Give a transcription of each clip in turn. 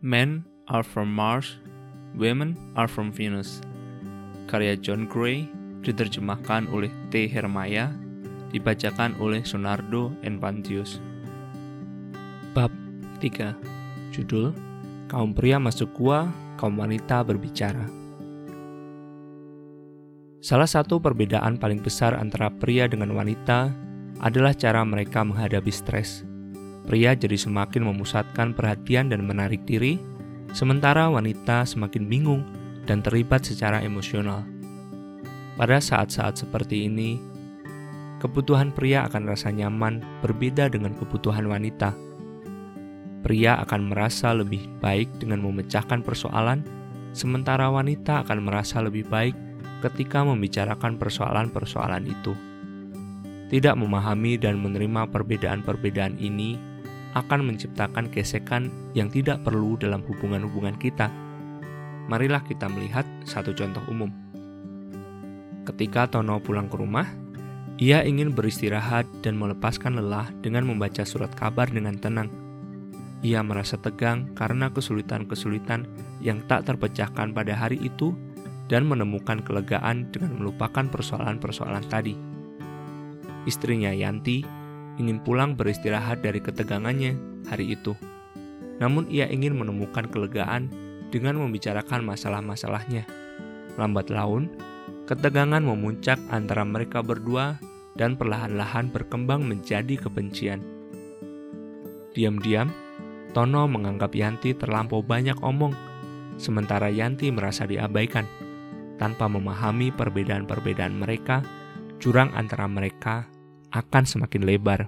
Men are from Mars, Women are from Venus. Karya John Gray, diterjemahkan oleh T. Hermaya, dibacakan oleh Sonardo Envantius. Bab 3. Judul: Kaum pria masuk gua, kaum wanita berbicara. Salah satu perbedaan paling besar antara pria dengan wanita adalah cara mereka menghadapi stres. Pria jadi semakin memusatkan perhatian dan menarik diri, sementara wanita semakin bingung dan terlibat secara emosional. Pada saat-saat seperti ini, kebutuhan pria akan rasa nyaman berbeda dengan kebutuhan wanita. Pria akan merasa lebih baik dengan memecahkan persoalan, sementara wanita akan merasa lebih baik ketika membicarakan persoalan-persoalan itu. Tidak memahami dan menerima perbedaan-perbedaan ini akan menciptakan gesekan yang tidak perlu dalam hubungan-hubungan kita. Marilah kita melihat satu contoh umum. Ketika Tono pulang ke rumah, ia ingin beristirahat dan melepaskan lelah dengan membaca surat kabar dengan tenang. Ia merasa tegang karena kesulitan-kesulitan yang tak terpecahkan pada hari itu dan menemukan kelegaan dengan melupakan persoalan-persoalan tadi. Istrinya Yanti ingin pulang beristirahat dari ketegangannya hari itu. Namun ia ingin menemukan kelegaan dengan membicarakan masalah-masalahnya. Lambat laun, ketegangan memuncak antara mereka berdua dan perlahan-lahan berkembang menjadi kebencian. Diam-diam, Tono menganggap Yanti terlampau banyak omong, sementara Yanti merasa diabaikan. Tanpa memahami perbedaan-perbedaan mereka, jurang antara mereka akan semakin lebar.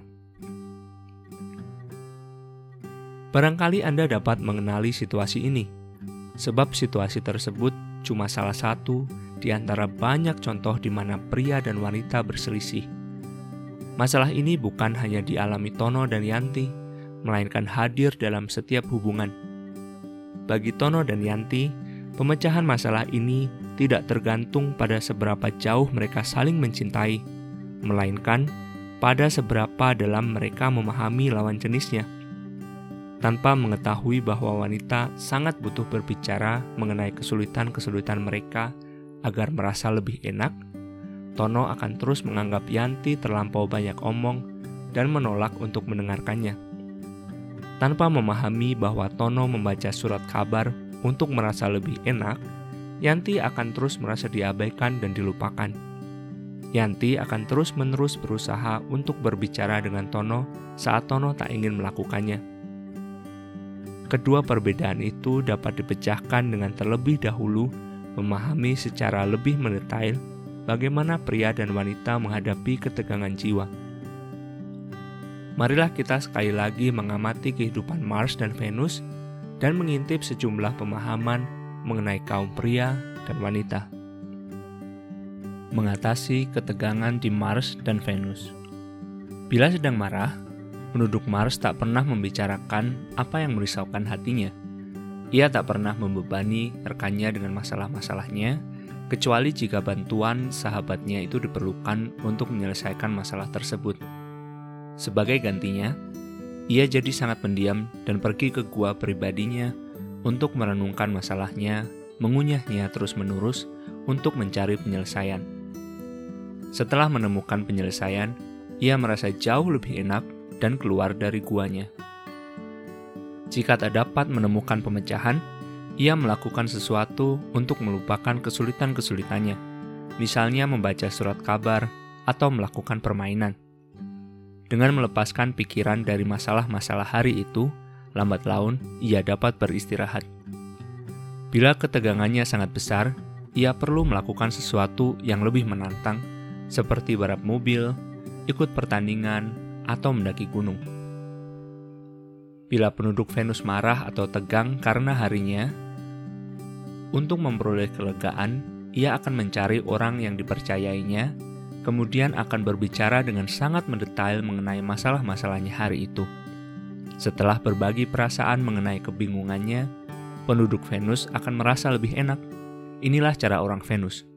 Barangkali Anda dapat mengenali situasi ini, sebab situasi tersebut cuma salah satu di antara banyak contoh di mana pria dan wanita berselisih. Masalah ini bukan hanya dialami Tono dan Yanti, melainkan hadir dalam setiap hubungan. Bagi Tono dan Yanti, pemecahan masalah ini tidak tergantung pada seberapa jauh mereka saling mencintai, melainkan pada seberapa dalam mereka memahami lawan jenisnya. Tanpa mengetahui bahwa wanita sangat butuh berbicara mengenai kesulitan-kesulitan mereka agar merasa lebih enak, Tono akan terus menganggap Yanti terlampau banyak omong dan menolak untuk mendengarkannya. Tanpa memahami bahwa Tono membaca surat kabar untuk merasa lebih enak, Yanti akan terus merasa diabaikan dan dilupakan. Yanti akan terus-menerus berusaha untuk berbicara dengan Tono saat Tono tak ingin melakukannya. Kedua perbedaan itu dapat dipecahkan dengan terlebih dahulu memahami secara lebih mendetail bagaimana pria dan wanita menghadapi ketegangan jiwa. Marilah kita sekali lagi mengamati kehidupan Mars dan Venus dan mengintip sejumlah pemahaman mengenai kaum pria dan wanita. Mengatasi ketegangan di Mars dan Venus. Bila sedang marah, penduduk Mars tak pernah membicarakan apa yang merisaukan hatinya. Ia tak pernah membebani rekannya dengan masalah-masalahnya, kecuali jika bantuan sahabatnya itu diperlukan untuk menyelesaikan masalah tersebut. Sebagai gantinya, ia jadi sangat pendiam dan pergi ke gua pribadinya untuk merenungkan masalahnya, mengunyahnya terus-menerus untuk mencari penyelesaian. Setelah menemukan penyelesaian, ia merasa jauh lebih enak dan keluar dari guanya. Jika tak dapat menemukan pemecahan, ia melakukan sesuatu untuk melupakan kesulitan-kesulitannya, misalnya membaca surat kabar atau melakukan permainan. Dengan melepaskan pikiran dari masalah-masalah hari itu, lambat laun ia dapat beristirahat. Bila ketegangannya sangat besar, ia perlu melakukan sesuatu yang lebih menantang, seperti balap mobil, ikut pertandingan, atau mendaki gunung. Bila penduduk Venus marah atau tegang karena harinya, untuk memperoleh kelegaan, ia akan mencari orang yang dipercayainya, kemudian akan berbicara dengan sangat mendetail mengenai masalah-masalahnya hari itu. Setelah berbagi perasaan mengenai kebingungannya, penduduk Venus akan merasa lebih enak. Inilah cara orang Venus.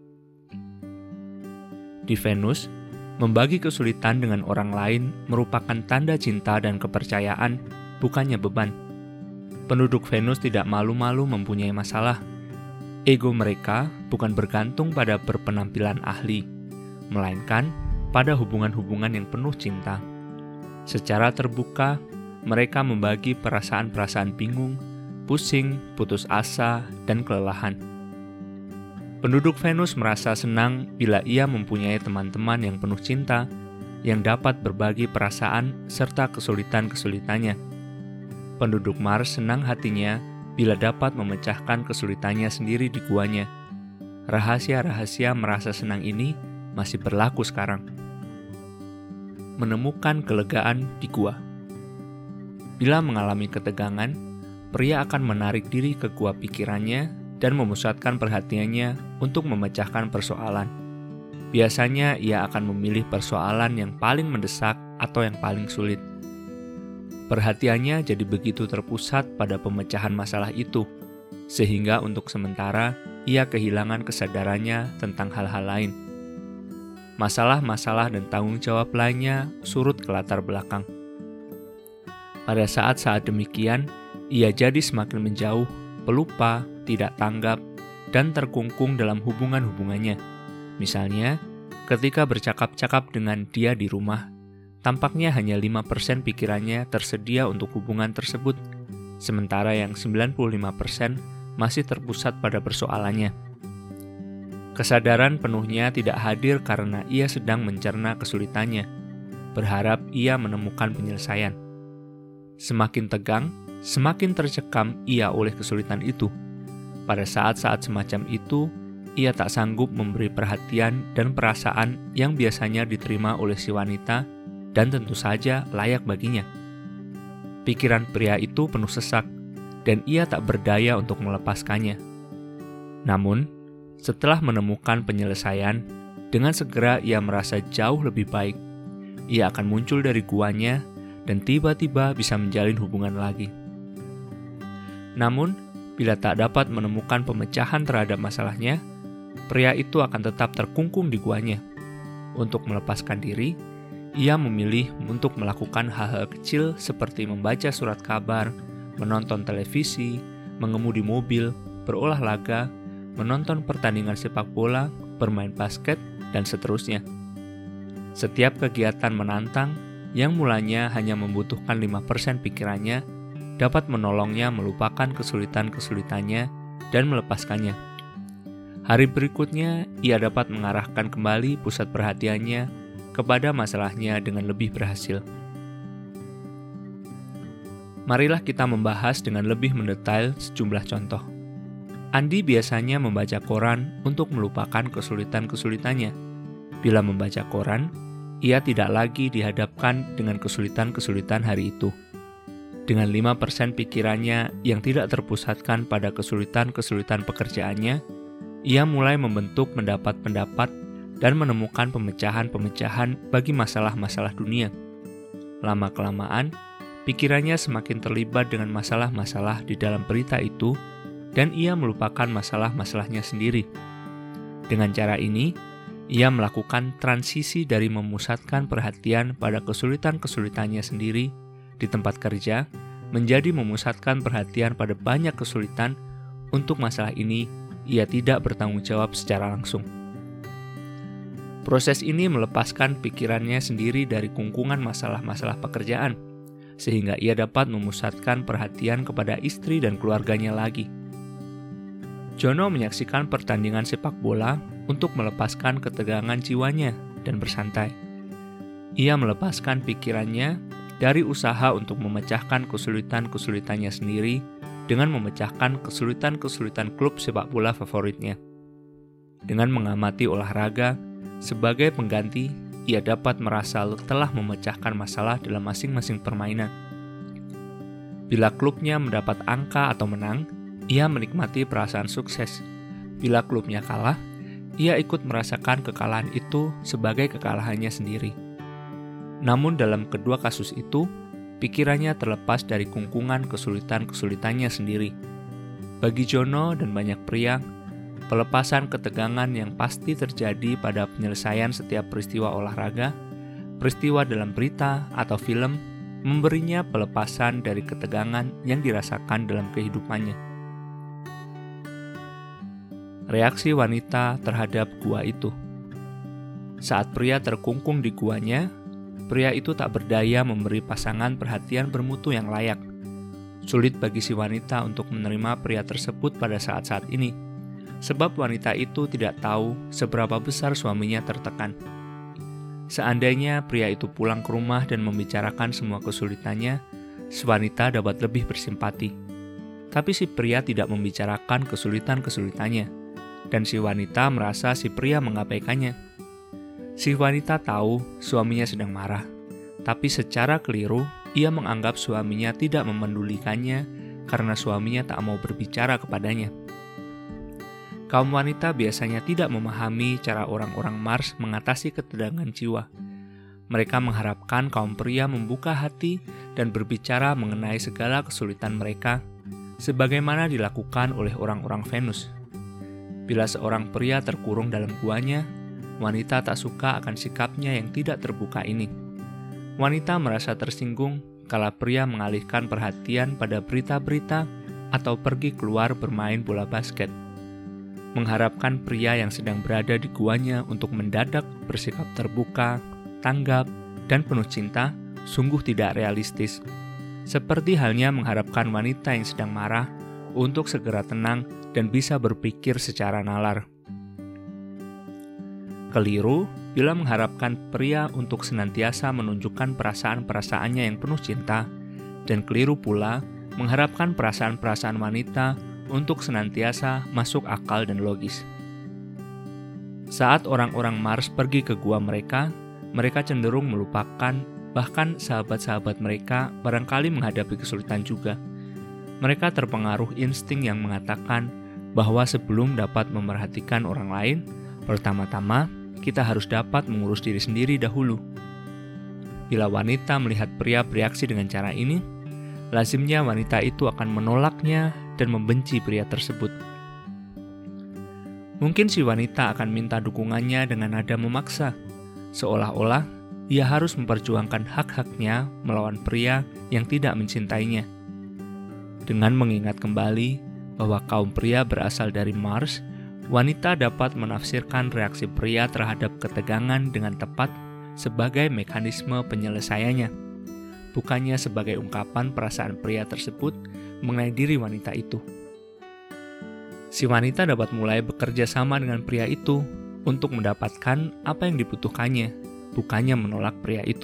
Di Venus, membagi kesulitan dengan orang lain merupakan tanda cinta dan kepercayaan, bukannya beban. Penduduk Venus tidak malu-malu mempunyai masalah. Ego mereka bukan bergantung pada berpenampilan ahli, melainkan pada hubungan-hubungan yang penuh cinta. Secara terbuka, mereka membagi perasaan-perasaan bingung, pusing, putus asa, dan kelelahan. Penduduk Venus merasa senang bila ia mempunyai teman-teman yang penuh cinta, yang dapat berbagi perasaan serta kesulitan-kesulitannya. Penduduk Mars senang hatinya bila dapat memecahkan kesulitannya sendiri di guanya. Rahasia-rahasia merasa senang ini masih berlaku sekarang. Menemukan kelegaan di gua. Bila mengalami ketegangan, pria akan menarik diri ke gua pikirannya dan memusatkan perhatiannya untuk memecahkan persoalan. Biasanya ia akan memilih persoalan yang paling mendesak atau yang paling sulit. Perhatiannya jadi begitu terpusat pada pemecahan masalah itu, sehingga untuk sementara ia kehilangan kesadarannya tentang hal-hal lain. Masalah-masalah dan tanggung jawab lainnya surut ke latar belakang. Pada saat-saat demikian, ia jadi semakin menjauh, pelupa, tidak tanggap, dan terkungkung dalam hubungan-hubungannya. Misalnya, ketika bercakap-cakap dengan dia di rumah, tampaknya hanya 5% pikirannya tersedia untuk hubungan tersebut, sementara yang 95% masih terpusat pada persoalannya. Kesadaran penuhnya tidak hadir karena ia sedang mencerna kesulitannya, berharap ia menemukan penyelesaian. Semakin tegang, semakin tercekam ia oleh kesulitan itu. Pada saat-saat semacam itu, ia tak sanggup memberi perhatian dan perasaan yang biasanya diterima oleh si wanita dan tentu saja layak baginya. Pikiran pria itu penuh sesak, dan ia tak berdaya untuk melepaskannya. Namun, setelah menemukan penyelesaian, dengan segera ia merasa jauh lebih baik. Ia akan muncul dari guanya, dan tiba-tiba bisa menjalin hubungan lagi. Namun, bila tak dapat menemukan pemecahan terhadap masalahnya, pria itu akan tetap terkungkung di guanya. Untuk melepaskan diri, ia memilih untuk melakukan hal-hal kecil seperti membaca surat kabar, menonton televisi, mengemudi mobil, berolahraga, menonton pertandingan sepak bola, bermain basket, dan seterusnya. Setiap kegiatan menantang yang mulanya hanya membutuhkan 5% pikirannya dapat menolongnya melupakan kesulitan-kesulitannya dan melepaskannya. Hari berikutnya, ia dapat mengarahkan kembali pusat perhatiannya kepada masalahnya dengan lebih berhasil. Marilah kita membahas dengan lebih mendetail sejumlah contoh. Andi biasanya membaca koran untuk melupakan kesulitan-kesulitannya. Bila membaca koran, ia tidak lagi dihadapkan dengan kesulitan-kesulitan hari itu. Dengan 5% pikirannya yang tidak terpusatkan pada kesulitan-kesulitan pekerjaannya, ia mulai membentuk pendapat-pendapat dan menemukan pemecahan-pemecahan bagi masalah-masalah dunia. Lama-kelamaan, pikirannya semakin terlibat dengan masalah-masalah di dalam berita itu, dan ia melupakan masalah-masalahnya sendiri. Dengan cara ini, ia melakukan transisi dari memusatkan perhatian pada kesulitan-kesulitannya sendiri di tempat kerja, menjadi memusatkan perhatian pada banyak kesulitan. Untuk masalah ini, ia tidak bertanggung jawab secara langsung. Proses ini melepaskan pikirannya sendiri dari kungkungan masalah-masalah pekerjaan, sehingga ia dapat memusatkan perhatian kepada istri dan keluarganya lagi. Jono menyaksikan pertandingan sepak bola untuk melepaskan ketegangan jiwanya dan bersantai. Ia melepaskan pikirannya dari usaha untuk memecahkan kesulitan-kesulitannya sendiri dengan memecahkan kesulitan-kesulitan klub sepak bola favoritnya. Dengan mengamati olahraga, sebagai pengganti, ia dapat merasa telah memecahkan masalah dalam masing-masing permainan. Bila klubnya mendapat angka atau menang, ia menikmati perasaan sukses. Bila klubnya kalah, ia ikut merasakan kekalahan itu sebagai kekalahannya sendiri. Namun dalam kedua kasus itu, pikirannya terlepas dari kungkungan kesulitan-kesulitannya sendiri. Bagi Jono dan banyak pria, pelepasan ketegangan yang pasti terjadi pada penyelesaian setiap peristiwa olahraga, peristiwa dalam berita atau film, memberinya pelepasan dari ketegangan yang dirasakan dalam kehidupannya. Reaksi wanita terhadap gua itu. Saat pria terkungkung di guanya, pria itu tak berdaya memberi pasangan perhatian bermutu yang layak. Sulit bagi si wanita untuk menerima pria tersebut pada saat-saat ini, sebab wanita itu tidak tahu seberapa besar suaminya tertekan. Seandainya pria itu pulang ke rumah dan membicarakan semua kesulitannya, si wanita dapat lebih bersimpati. Tapi si pria tidak membicarakan kesulitan-kesulitannya, dan si wanita merasa si pria mengabaikannya. Si wanita tahu suaminya sedang marah, tapi secara keliru ia menganggap suaminya tidak memedulikannya karena suaminya tak mau berbicara kepadanya. Kaum wanita biasanya tidak memahami cara orang-orang Mars mengatasi ketegangan jiwa. Mereka mengharapkan kaum pria membuka hati dan berbicara mengenai segala kesulitan mereka, sebagaimana dilakukan oleh orang-orang Venus. Bila seorang pria terkurung dalam guanya, wanita tak suka akan sikapnya yang tidak terbuka ini. Wanita merasa tersinggung kala pria mengalihkan perhatian pada berita-berita atau pergi keluar bermain bola basket. Mengharapkan pria yang sedang berada di guanya untuk mendadak bersikap terbuka, tanggap, dan penuh cinta sungguh tidak realistis. Seperti halnya mengharapkan wanita yang sedang marah untuk segera tenang dan bisa berpikir secara nalar. Keliru bila mengharapkan pria untuk senantiasa menunjukkan perasaan-perasaannya yang penuh cinta, dan keliru pula mengharapkan perasaan-perasaan wanita untuk senantiasa masuk akal dan logis. Saat orang-orang Mars pergi ke gua mereka cenderung melupakan, bahkan sahabat-sahabat mereka barangkali menghadapi kesulitan juga. Mereka terpengaruh insting yang mengatakan bahwa sebelum dapat memerhatikan orang lain, pertama-tama kita harus dapat mengurus diri sendiri dahulu. Bila wanita melihat pria bereaksi dengan cara ini, lazimnya wanita itu akan menolaknya dan membenci pria tersebut. Mungkin si wanita akan minta dukungannya dengan nada memaksa, seolah-olah ia harus memperjuangkan hak-haknya melawan pria yang tidak mencintainya. Dengan mengingat kembali bahwa kaum pria berasal dari Mars, wanita dapat menafsirkan reaksi pria terhadap ketegangan dengan tepat sebagai mekanisme penyelesaiannya, bukannya sebagai ungkapan perasaan pria tersebut mengenai diri wanita itu. Si wanita dapat mulai bekerja sama dengan pria itu untuk mendapatkan apa yang dibutuhkannya, bukannya menolak pria itu.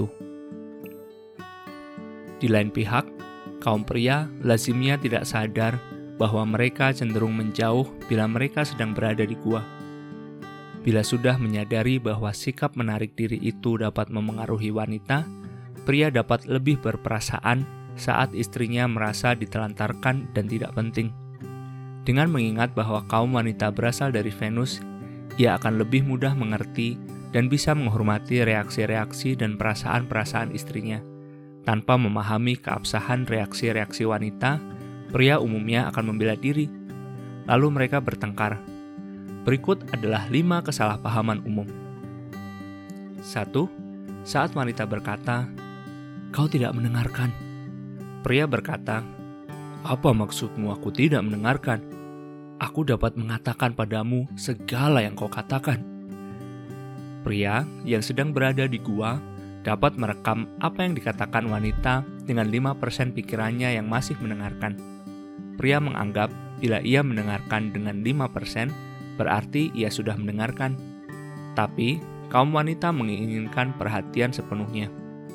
Di lain pihak, kaum pria lazimnya tidak sadar bahwa mereka cenderung menjauh bila mereka sedang berada di gua. Bila sudah menyadari bahwa sikap menarik diri itu dapat memengaruhi wanita, pria dapat lebih berperasaan saat istrinya merasa ditelantarkan dan tidak penting. Dengan mengingat bahwa kaum wanita berasal dari Venus, ia akan lebih mudah mengerti dan bisa menghormati reaksi-reaksi dan perasaan-perasaan istrinya. Tanpa memahami keabsahan reaksi-reaksi wanita, pria umumnya akan membela diri. Lalu mereka bertengkar. Berikut adalah 5 kesalahpahaman umum. 1. Saat wanita berkata, "Kau tidak mendengarkan." Pria berkata, "Apa maksudmu aku tidak mendengarkan? Aku dapat mengatakan padamu segala yang kau katakan." Pria yang sedang berada di gua dapat merekam apa yang dikatakan wanita dengan 5% pikirannya yang masih mendengarkan. Pria menganggap bila ia mendengarkan dengan 5%, berarti ia sudah mendengarkan. Tapi, kaum wanita menginginkan perhatian sepenuhnya.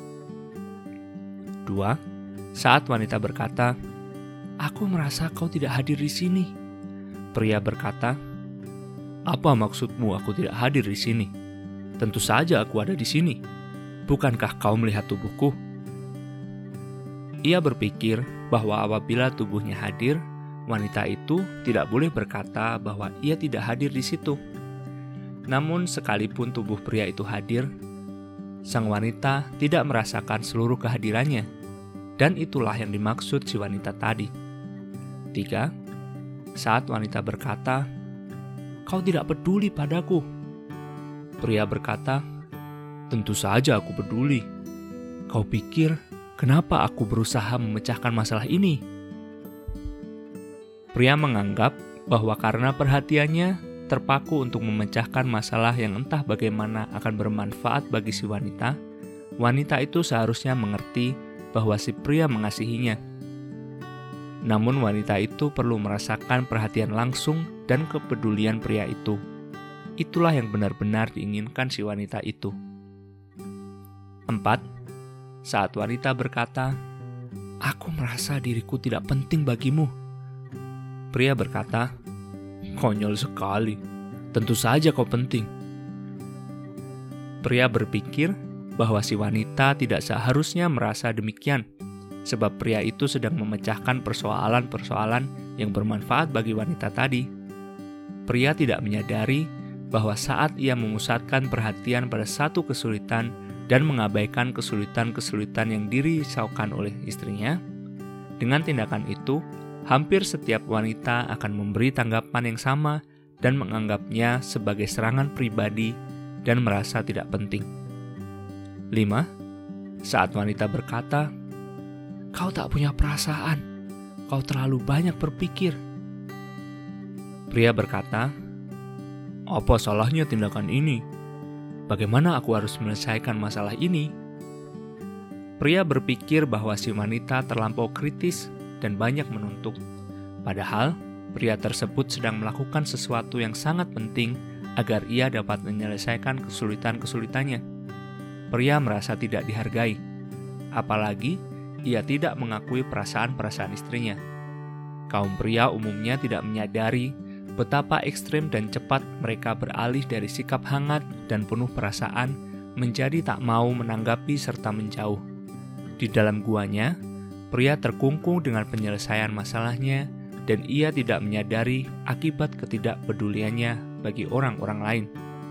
2. Saat wanita berkata, "Aku merasa kau tidak hadir di sini." Pria berkata, "Apa maksudmu aku tidak hadir di sini? Tentu saja aku ada di sini. Bukankah kau melihat tubuhku?" Ia berpikir bahwa apabila tubuhnya hadir, wanita itu tidak boleh berkata bahwa ia tidak hadir di situ. Namun sekalipun tubuh pria itu hadir, sang wanita tidak merasakan seluruh kehadirannya, dan itulah yang dimaksud si wanita tadi. 3. Saat wanita berkata, "Kau tidak peduli padaku." Pria berkata, "Tentu saja aku peduli. Kau pikir Kenapa aku berusaha memecahkan masalah ini? Pria menganggap bahwa karena perhatiannya terpaku untuk memecahkan masalah yang entah bagaimana akan bermanfaat bagi si wanita, wanita itu seharusnya mengerti bahwa si pria mengasihinya. Namun wanita itu perlu merasakan perhatian langsung dan kepedulian pria itu. Itulah yang benar-benar diinginkan si wanita itu. 4. Saat wanita berkata, "Aku merasa diriku tidak penting bagimu." Pria berkata, "Konyol sekali, tentu saja kau penting." Pria berpikir bahwa si wanita tidak seharusnya merasa demikian, sebab pria itu sedang memecahkan persoalan-persoalan yang bermanfaat bagi wanita tadi. Pria tidak menyadari bahwa saat ia memusatkan perhatian pada satu kesulitan dan mengabaikan kesulitan-kesulitan yang dirisaukan oleh istrinya, dengan tindakan itu, hampir setiap wanita akan memberi tanggapan yang sama dan menganggapnya sebagai serangan pribadi dan merasa tidak penting. 5. Saat wanita berkata, "Kau tak punya perasaan, kau terlalu banyak berpikir." Pria berkata, "Apa salahnya tindakan ini? Bagaimana aku harus menyelesaikan masalah ini?" Pria berpikir bahwa si wanita terlampau kritis dan banyak menuntut. Padahal, pria tersebut sedang melakukan sesuatu yang sangat penting agar ia dapat menyelesaikan kesulitan-kesulitannya. Pria merasa tidak dihargai, apalagi ia tidak mengakui perasaan-perasaan istrinya. Kaum pria umumnya tidak menyadari betapa ekstrem dan cepat mereka beralih dari sikap hangat dan penuh perasaan menjadi tak mau menanggapi serta menjauh. Di dalam guanya, pria terkungkung dengan penyelesaian masalahnya dan ia tidak menyadari akibat ketidakpeduliannya bagi orang-orang lain.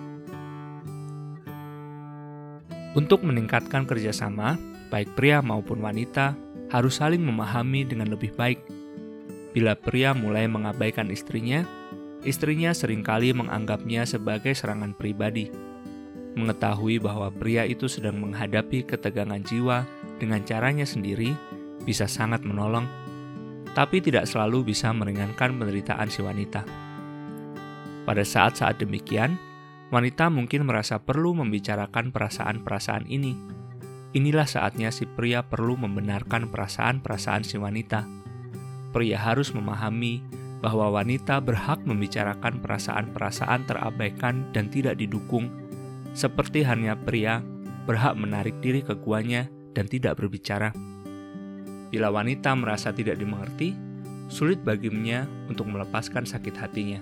Untuk meningkatkan kerjasama, baik pria maupun wanita harus saling memahami dengan lebih baik. Bila pria mulai mengabaikan istrinya seringkali menganggapnya sebagai serangan pribadi. Mengetahui bahwa pria itu sedang menghadapi ketegangan jiwa dengan caranya sendiri bisa sangat menolong, tapi tidak selalu bisa meringankan penderitaan si wanita. Pada saat-saat demikian, wanita mungkin merasa perlu membicarakan perasaan-perasaan ini. Inilah saatnya si pria perlu membenarkan perasaan-perasaan si wanita. Pria harus memahami bahwa wanita berhak membicarakan perasaan-perasaan terabaikan dan tidak didukung, seperti halnya pria berhak menarik diri ke guanya dan tidak berbicara. Bila wanita merasa tidak dimengerti, sulit baginya untuk melepaskan sakit hatinya.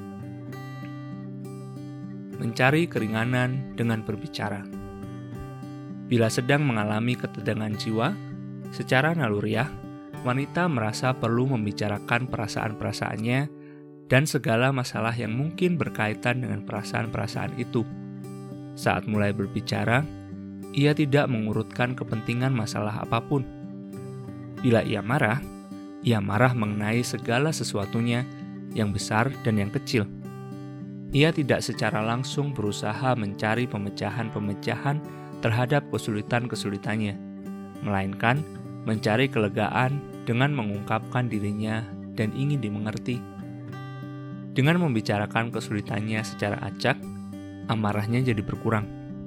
Mencari keringanan dengan berbicara. Bila sedang mengalami ketegangan jiwa, secara naluriah, wanita merasa perlu membicarakan perasaan-perasaannya dan segala masalah yang mungkin berkaitan dengan perasaan-perasaan itu. Saat mulai berbicara, ia tidak mengurutkan kepentingan masalah apapun. Bila ia marah mengenai segala sesuatunya yang besar dan yang kecil. Ia tidak secara langsung berusaha mencari pemecahan-pemecahan terhadap kesulitan-kesulitannya, melainkan mencari kelegaan dengan mengungkapkan dirinya dan ingin dimengerti. Dengan membicarakan kesulitannya secara acak, amarahnya jadi berkurang.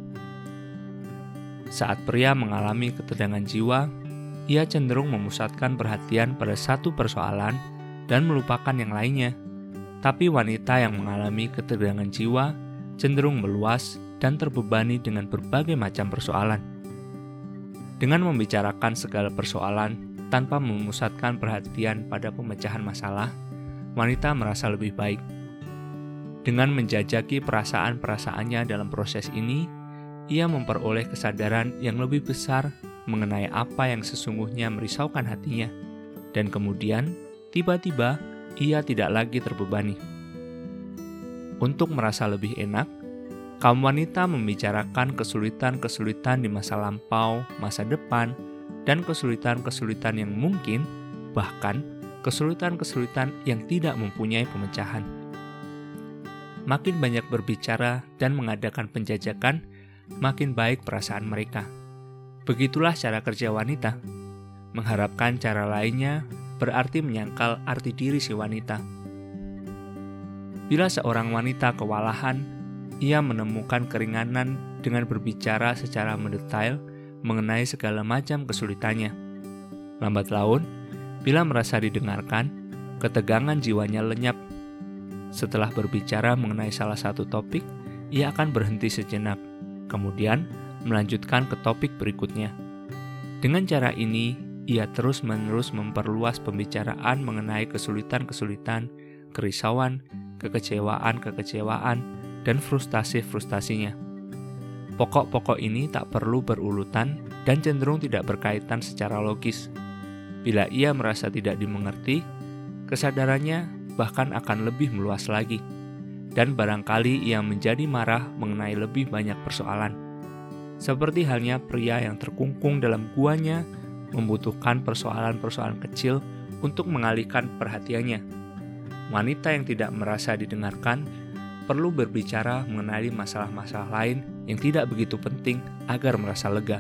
Saat pria mengalami ketegangan jiwa, ia cenderung memusatkan perhatian pada satu persoalan dan melupakan yang lainnya. Tapi wanita yang mengalami ketegangan jiwa cenderung meluas dan terbebani dengan berbagai macam persoalan. Dengan membicarakan segala persoalan tanpa memusatkan perhatian pada pemecahan masalah, wanita merasa lebih baik. Dengan menjajaki perasaan-perasaannya dalam proses ini, ia memperoleh kesadaran yang lebih besar mengenai apa yang sesungguhnya merisaukan hatinya, dan kemudian tiba-tiba ia tidak lagi terbebani. Untuk merasa lebih enak, kaum wanita membicarakan kesulitan-kesulitan di masa lampau, masa depan, dan kesulitan-kesulitan yang mungkin, bahkan kesulitan-kesulitan yang tidak mempunyai pemecahan. Makin banyak berbicara dan mengadakan penjajakan, makin baik perasaan mereka. Begitulah cara kerja wanita. Mengharapkan cara lainnya berarti menyangkal arti diri si wanita. Bila seorang wanita kewalahan, ia menemukan keringanan dengan berbicara secara mendetail mengenai segala macam kesulitannya. Lambat laun, bila merasa didengarkan, ketegangan jiwanya lenyap. Setelah berbicara mengenai salah satu topik, ia akan berhenti sejenak, kemudian melanjutkan ke topik berikutnya. Dengan cara ini, ia terus-menerus memperluas pembicaraan mengenai kesulitan-kesulitan, kerisauan, kekecewaan, dan frustasi-frustasinya. Pokok-pokok ini tak perlu berurutan dan cenderung tidak berkaitan secara logis. Bila ia merasa tidak dimengerti, kesadarannya bahkan akan lebih meluas lagi, dan barangkali ia menjadi marah mengenai lebih banyak persoalan. Seperti halnya pria yang terkungkung dalam guanya membutuhkan persoalan-persoalan kecil untuk mengalihkan perhatiannya. Wanita yang tidak merasa didengarkan perlu berbicara mengenai masalah-masalah lain yang tidak begitu penting agar merasa lega.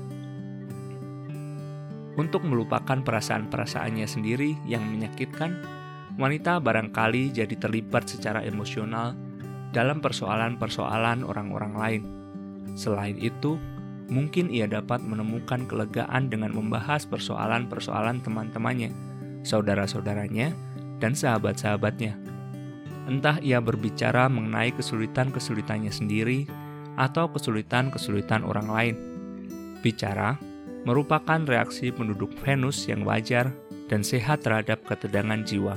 Untuk melupakan perasaan-perasaannya sendiri yang menyakitkan, wanita barangkali jadi terlibat secara emosional dalam persoalan-persoalan orang-orang lain. Selain itu, mungkin ia dapat menemukan kelegaan dengan membahas persoalan-persoalan teman-temannya, saudara-saudaranya, dan sahabat-sahabatnya. Entah ia berbicara mengenai kesulitan-kesulitannya sendiri atau kesulitan-kesulitan orang lain. Bicara merupakan reaksi penduduk Venus yang wajar dan sehat terhadap ketegangan jiwa.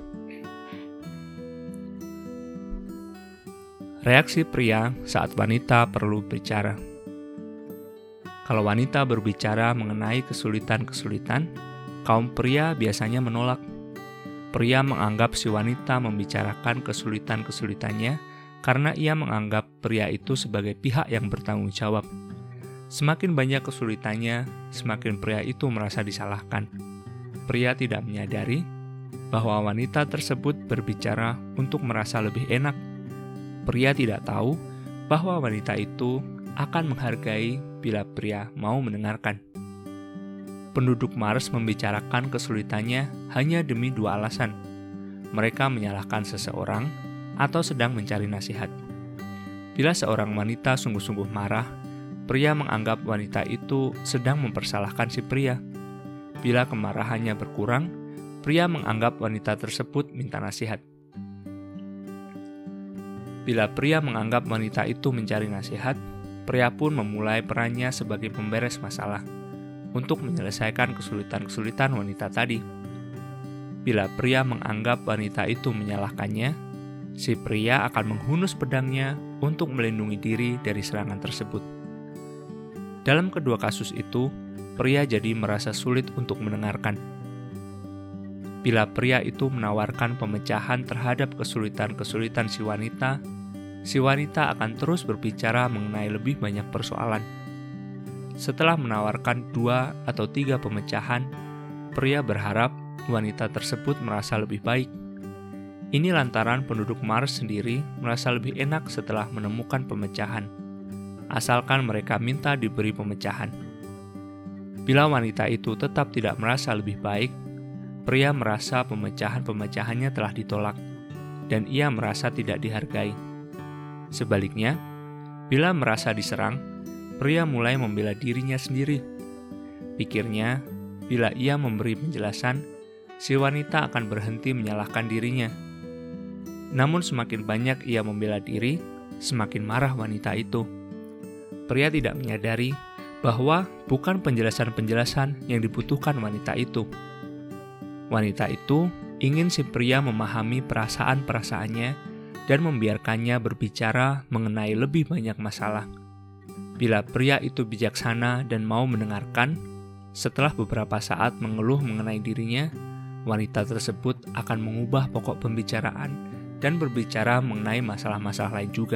Reaksi pria saat wanita perlu bicara. Kalau wanita berbicara mengenai kesulitan-kesulitan, kaum pria biasanya menolak. Pria menganggap si wanita membicarakan kesulitan-kesulitannya karena ia menganggap pria itu sebagai pihak yang bertanggung jawab. Semakin banyak kesulitannya, semakin pria itu merasa disalahkan. Pria tidak menyadari bahwa wanita tersebut berbicara untuk merasa lebih enak. Pria tidak tahu bahwa wanita itu akan menghargai bila pria mau mendengarkan. Penduduk Mars membicarakan kesulitannya hanya demi dua alasan. Mereka menyalahkan seseorang atau sedang mencari nasihat. Bila seorang wanita sungguh-sungguh marah, pria menganggap wanita itu sedang mempersalahkan si pria. Bila kemarahannya berkurang, pria menganggap wanita tersebut minta nasihat. Bila pria menganggap wanita itu mencari nasihat, pria pun memulai perannya sebagai pemberes masalah untuk menyelesaikan kesulitan-kesulitan wanita tadi. Bila pria menganggap wanita itu menyalahkannya, si pria akan menghunus pedangnya untuk melindungi diri dari serangan tersebut. Dalam kedua kasus itu, pria jadi merasa sulit untuk mendengarkan. Bila pria itu menawarkan pemecahan terhadap kesulitan-kesulitan si wanita akan terus berbicara mengenai lebih banyak persoalan. Setelah menawarkan 2 atau 3 pemecahan, pria berharap wanita tersebut merasa lebih baik. Ini lantaran penduduk Mars sendiri merasa lebih enak setelah menemukan pemecahan, asalkan mereka minta diberi pemecahan. Bila wanita itu tetap tidak merasa lebih baik, pria merasa pemecahan-pemecahannya telah ditolak, dan ia merasa tidak dihargai. Sebaliknya, bila merasa diserang, pria mulai membela dirinya sendiri. Pikirnya, bila ia memberi penjelasan, si wanita akan berhenti menyalahkan dirinya. Namun semakin banyak ia membela diri, semakin marah wanita itu. Pria tidak menyadari bahwa bukan penjelasan-penjelasan yang dibutuhkan wanita itu. Wanita itu ingin si pria memahami perasaan-perasaannya dan membiarkannya berbicara mengenai lebih banyak masalah. Bila pria itu bijaksana dan mau mendengarkan, setelah beberapa saat mengeluh mengenai dirinya, wanita tersebut akan mengubah pokok pembicaraan dan berbicara mengenai masalah-masalah lain juga.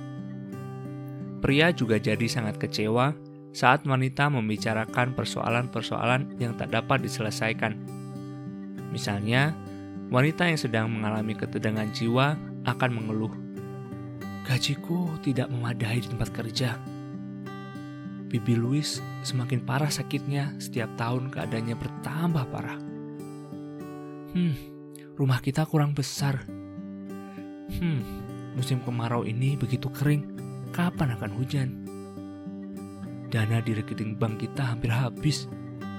Pria juga jadi sangat kecewa saat wanita membicarakan persoalan-persoalan yang tak dapat diselesaikan. Misalnya, wanita yang sedang mengalami ketegangan jiwa akan mengeluh, "Gajiku tidak memadai di tempat kerja." Bibi Louise semakin parah sakitnya, setiap tahun keadaannya bertambah parah. Rumah kita kurang besar. Musim kemarau ini begitu kering, kapan akan hujan? Dana di rekening bank kita hampir habis.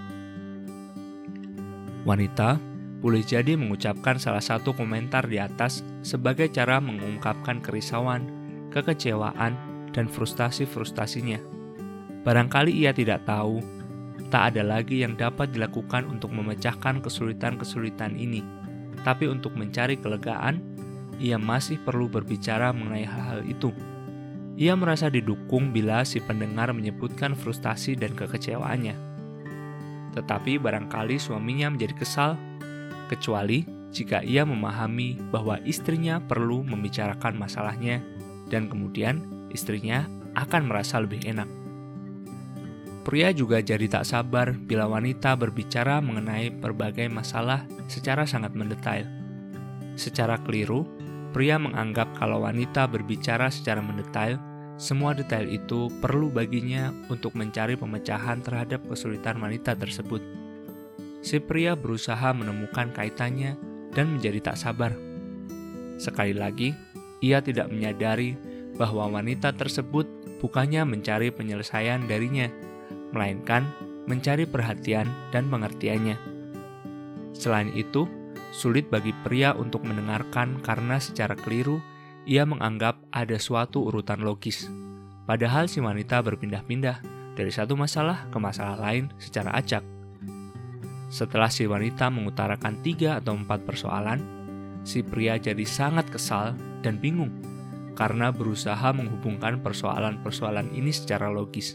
Wanita boleh jadi mengucapkan salah satu komentar di atas sebagai cara mengungkapkan kerisauan, kekecewaan, dan frustasi-frustasinya. Barangkali ia tidak tahu, tak ada lagi yang dapat dilakukan untuk memecahkan kesulitan-kesulitan ini. Tapi untuk mencari kelegaan, ia masih perlu berbicara mengenai hal-hal itu. Ia merasa didukung bila si pendengar menyebutkan frustasi dan kekecewaannya. Tetapi barangkali suaminya menjadi kesal, kecuali jika ia memahami bahwa istrinya perlu membicarakan masalahnya dan kemudian istrinya akan merasa lebih enak. Pria juga jadi tak sabar bila wanita berbicara mengenai berbagai masalah secara sangat mendetail. Secara keliru, pria menganggap kalau wanita berbicara secara mendetail, semua detail itu perlu baginya untuk mencari pemecahan terhadap kesulitan wanita tersebut. Si pria berusaha menemukan kaitannya dan menjadi tak sabar. Sekali lagi, ia tidak menyadari bahwa wanita tersebut bukannya mencari penyelesaian darinya, melainkan mencari perhatian dan pengertiannya. Selain itu, sulit bagi pria untuk mendengarkan karena secara keliru ia menganggap ada suatu urutan logis. Padahal si wanita berpindah-pindah dari satu masalah ke masalah lain secara acak. Setelah si wanita mengutarakan 3 atau 4 persoalan, si pria jadi sangat kesal dan bingung karena berusaha menghubungkan persoalan-persoalan ini secara logis.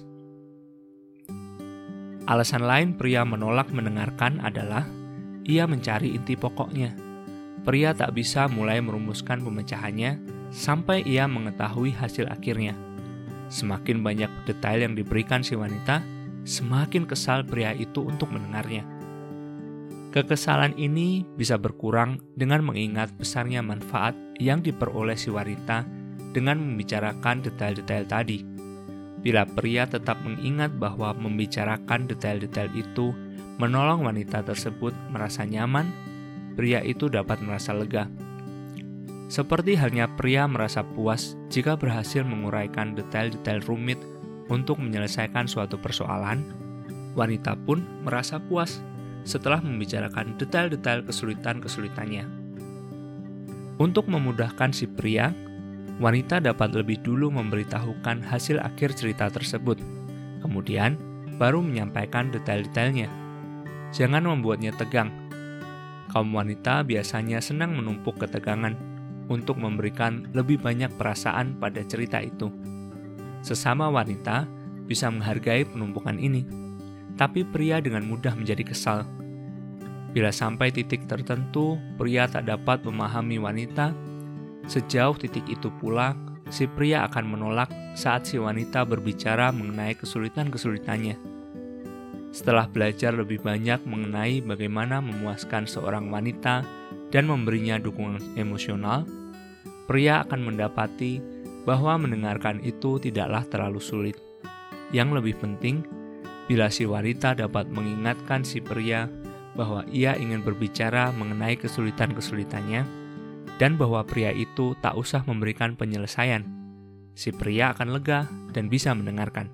Alasan lain pria menolak mendengarkan adalah ia mencari inti pokoknya. Pria tak bisa mulai merumuskan pemecahannya sampai ia mengetahui hasil akhirnya. Semakin banyak detail yang diberikan si wanita, semakin kesal pria itu untuk mendengarnya. Kekesalan ini bisa berkurang dengan mengingat besarnya manfaat yang diperoleh si wanita dengan membicarakan detail-detail tadi. Bila pria tetap mengingat bahwa membicarakan detail-detail itu menolong wanita tersebut merasa nyaman, pria itu dapat merasa lega. Seperti halnya pria merasa puas jika berhasil menguraikan detail-detail rumit untuk menyelesaikan suatu persoalan, wanita pun merasa puas setelah membicarakan detail-detail kesulitan-kesulitannya. Untuk memudahkan si pria, wanita dapat lebih dulu memberitahukan hasil akhir cerita tersebut, kemudian baru menyampaikan detail-detailnya. Jangan membuatnya tegang. Kaum wanita biasanya senang menumpuk ketegangan untuk memberikan lebih banyak perasaan pada cerita itu. Sesama wanita bisa menghargai penumpukan ini, tapi pria dengan mudah menjadi kesal. Bila sampai titik tertentu, pria tak dapat memahami wanita, sejauh titik itu pula, si pria akan menolak saat si wanita berbicara mengenai kesulitan-kesulitannya. Setelah belajar lebih banyak mengenai bagaimana memuaskan seorang wanita dan memberinya dukungan emosional, pria akan mendapati bahwa mendengarkan itu tidaklah terlalu sulit. Yang lebih penting, bila si wanita dapat mengingatkan si pria bahwa ia ingin berbicara mengenai kesulitan-kesulitannya, dan bahwa pria itu tak usah memberikan penyelesaian, si pria akan lega dan bisa mendengarkan.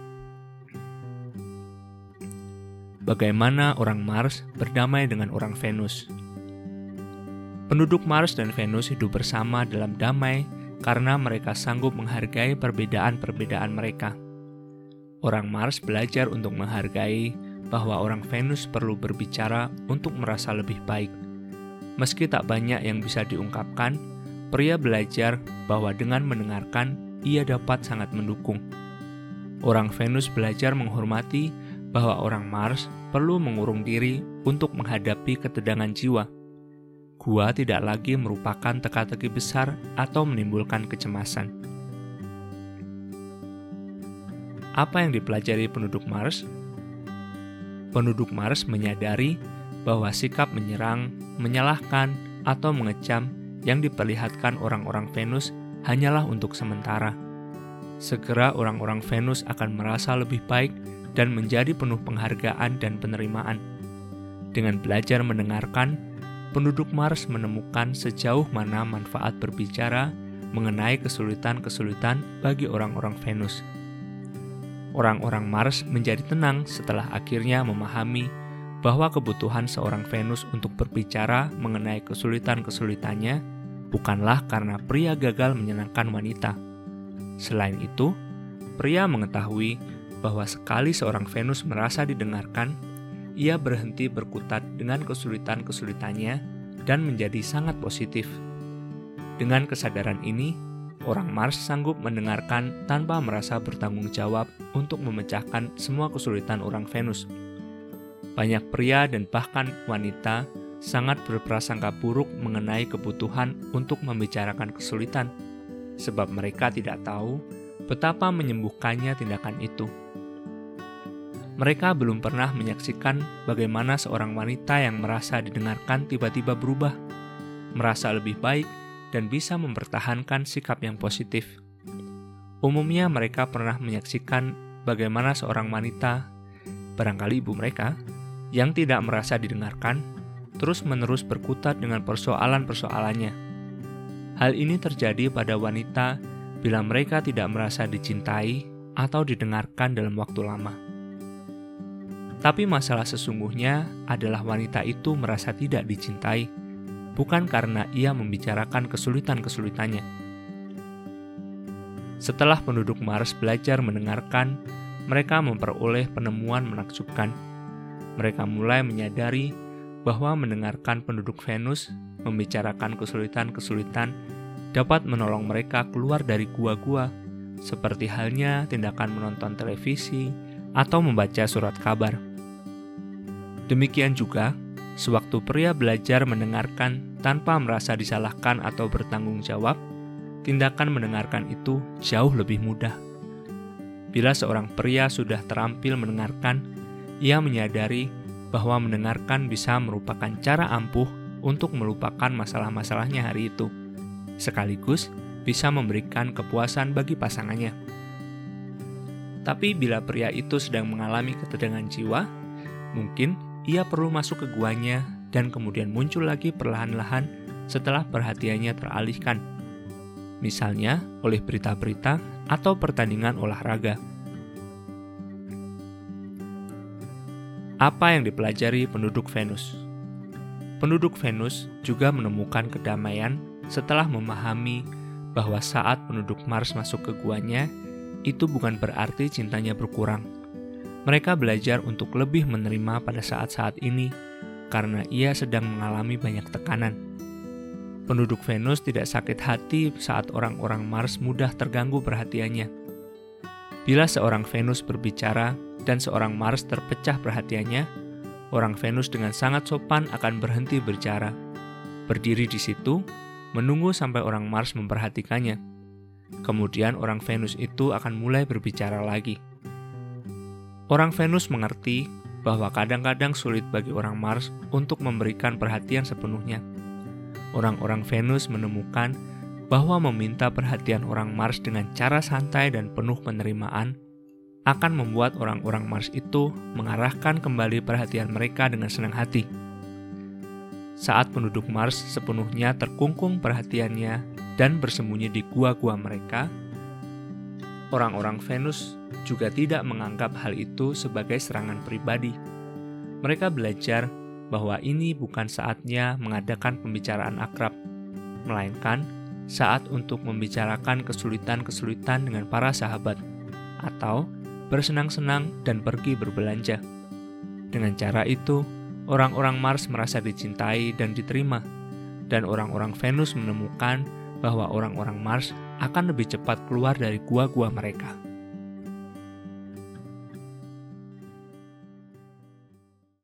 Bagaimana orang Mars berdamai dengan orang Venus? Penduduk Mars dan Venus hidup bersama dalam damai karena mereka sanggup menghargai perbedaan-perbedaan mereka. Orang Mars belajar untuk menghargai bahwa orang Venus perlu berbicara untuk merasa lebih baik. Meski tak banyak yang bisa diungkapkan, pria belajar bahwa dengan mendengarkan, ia dapat sangat mendukung. Orang Venus belajar menghormati bahwa orang Mars perlu mengurung diri untuk menghadapi ketegangan jiwa. Gua tidak lagi merupakan teka-teki besar atau menimbulkan kecemasan. Apa yang dipelajari penduduk Mars? Penduduk Mars menyadari bahwa sikap menyerang, menyalahkan, atau mengecam yang diperlihatkan orang-orang Venus hanyalah untuk sementara. segera orang-orang Venus akan merasa lebih baik dan menjadi penuh penghargaan dan penerimaan. Dengan belajar mendengarkan, penduduk Mars menemukan sejauh mana manfaat berbicara mengenai kesulitan-kesulitan bagi orang-orang Venus. Orang-orang Mars menjadi tenang setelah akhirnya memahami bahwa kebutuhan seorang Venus untuk berbicara mengenai kesulitan-kesulitannya bukanlah karena pria gagal menyenangkan wanita. Selain itu, pria mengetahui bahwa sekali seorang Venus merasa didengarkan, ia berhenti berkutat dengan kesulitan-kesulitannya dan menjadi sangat positif. Dengan kesadaran ini, orang Mars sanggup mendengarkan tanpa merasa bertanggung jawab untuk memecahkan semua kesulitan orang Venus. Banyak pria dan bahkan wanita sangat berprasangka buruk mengenai kebutuhan untuk membicarakan kesulitan, sebab mereka tidak tahu betapa menyembuhkannya tindakan itu. Mereka belum pernah menyaksikan bagaimana seorang wanita yang merasa didengarkan tiba-tiba berubah, merasa lebih baik, dan bisa mempertahankan sikap yang positif. Umumnya mereka pernah menyaksikan bagaimana seorang wanita, barangkali ibu mereka, yang tidak merasa didengarkan, terus-menerus berkutat dengan persoalan-persoalannya. Hal ini terjadi pada wanita bila mereka tidak merasa dicintai atau didengarkan dalam waktu lama. Tapi masalah sesungguhnya adalah wanita itu merasa tidak dicintai, bukan karena ia membicarakan kesulitan-kesulitannya. Setelah penduduk Mars belajar mendengarkan, mereka memperoleh penemuan menakjubkan. Mereka mulai menyadari bahwa mendengarkan penduduk Venus membicarakan kesulitan-kesulitan dapat menolong mereka keluar dari gua-gua, seperti halnya tindakan menonton televisi atau membaca surat kabar. Demikian juga, sewaktu pria belajar mendengarkan tanpa merasa disalahkan atau bertanggung jawab, tindakan mendengarkan itu jauh lebih mudah. Bila seorang pria sudah terampil mendengarkan, ia menyadari bahwa mendengarkan bisa merupakan cara ampuh untuk melupakan masalah-masalahnya hari itu, sekaligus bisa memberikan kepuasan bagi pasangannya. Tapi bila pria itu sedang mengalami ketegangan jiwa, mungkin ia perlu masuk ke guanya dan kemudian muncul lagi perlahan-lahan setelah perhatiannya teralihkan. Misalnya oleh berita-berita atau pertandingan olahraga. Apa yang dipelajari penduduk Venus? Penduduk Venus juga menemukan kedamaian setelah memahami bahwa saat penduduk Mars masuk ke guanya, itu bukan berarti cintanya berkurang. Mereka belajar untuk lebih menerima pada saat-saat ini karena ia sedang mengalami banyak tekanan. Penduduk Venus tidak sakit hati saat orang-orang Mars mudah terganggu perhatiannya. Bila seorang Venus berbicara dan seorang Mars terpecah perhatiannya, orang Venus dengan sangat sopan akan berhenti berbicara, berdiri di situ, menunggu sampai orang Mars memperhatikannya. Kemudian orang Venus itu akan mulai berbicara lagi. Orang Venus mengerti bahwa kadang-kadang sulit bagi orang Mars untuk memberikan perhatian sepenuhnya. Orang-orang Venus menemukan bahwa meminta perhatian orang Mars dengan cara santai dan penuh penerimaan akan membuat orang-orang Mars itu mengarahkan kembali perhatian mereka dengan senang hati. Saat penduduk Mars sepenuhnya terkungkung perhatiannya dan bersembunyi di gua-gua mereka, orang-orang Venus juga tidak menganggap hal itu sebagai serangan pribadi. Mereka belajar bahwa ini bukan saatnya mengadakan pembicaraan akrab, melainkan saat untuk membicarakan kesulitan-kesulitan dengan para sahabat, atau bersenang-senang dan pergi berbelanja. Dengan cara itu, orang-orang Mars merasa dicintai dan diterima, dan orang-orang Venus menemukan bahwa orang-orang Mars akan lebih cepat keluar dari gua-gua mereka.